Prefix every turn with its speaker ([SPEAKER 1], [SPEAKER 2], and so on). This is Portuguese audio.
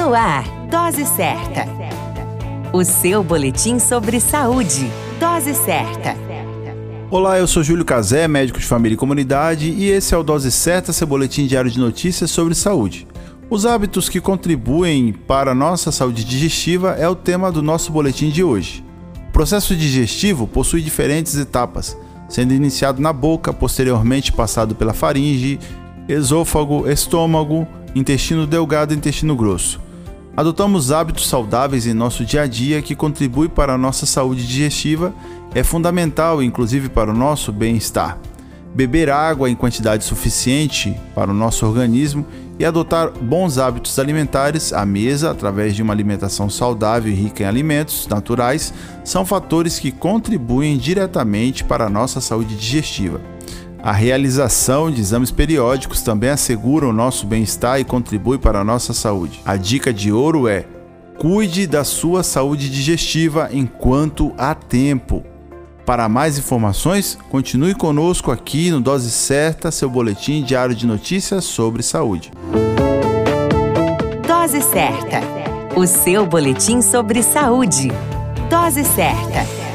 [SPEAKER 1] No ar, Dose Certa. O seu boletim sobre saúde. Dose Certa.
[SPEAKER 2] Olá, eu sou Júlio Cazé, médico de família e comunidade, e esse é o Dose Certa, seu boletim diário de notícias sobre saúde. Os hábitos que contribuem para a nossa saúde digestiva é o tema do nosso boletim de hoje. O processo digestivo possui diferentes etapas, sendo iniciado na boca, posteriormente passado pela faringe, esôfago, estômago, intestino delgado e intestino grosso. Adotamos hábitos saudáveis em nosso dia a dia que contribuem para a nossa saúde digestiva, é fundamental inclusive para o nosso bem-estar. Beber água em quantidade suficiente para o nosso organismo e adotar bons hábitos alimentares à mesa através de uma alimentação saudável e rica em alimentos naturais são fatores que contribuem diretamente para a nossa saúde digestiva. A realização de exames periódicos também assegura o nosso bem-estar e contribui para a nossa saúde. A dica de ouro é: cuide da sua saúde digestiva enquanto há tempo. Para mais informações, continue conosco aqui no Dose Certa, seu boletim diário de notícias sobre saúde.
[SPEAKER 1] Dose Certa. O seu boletim sobre saúde. Dose Certa.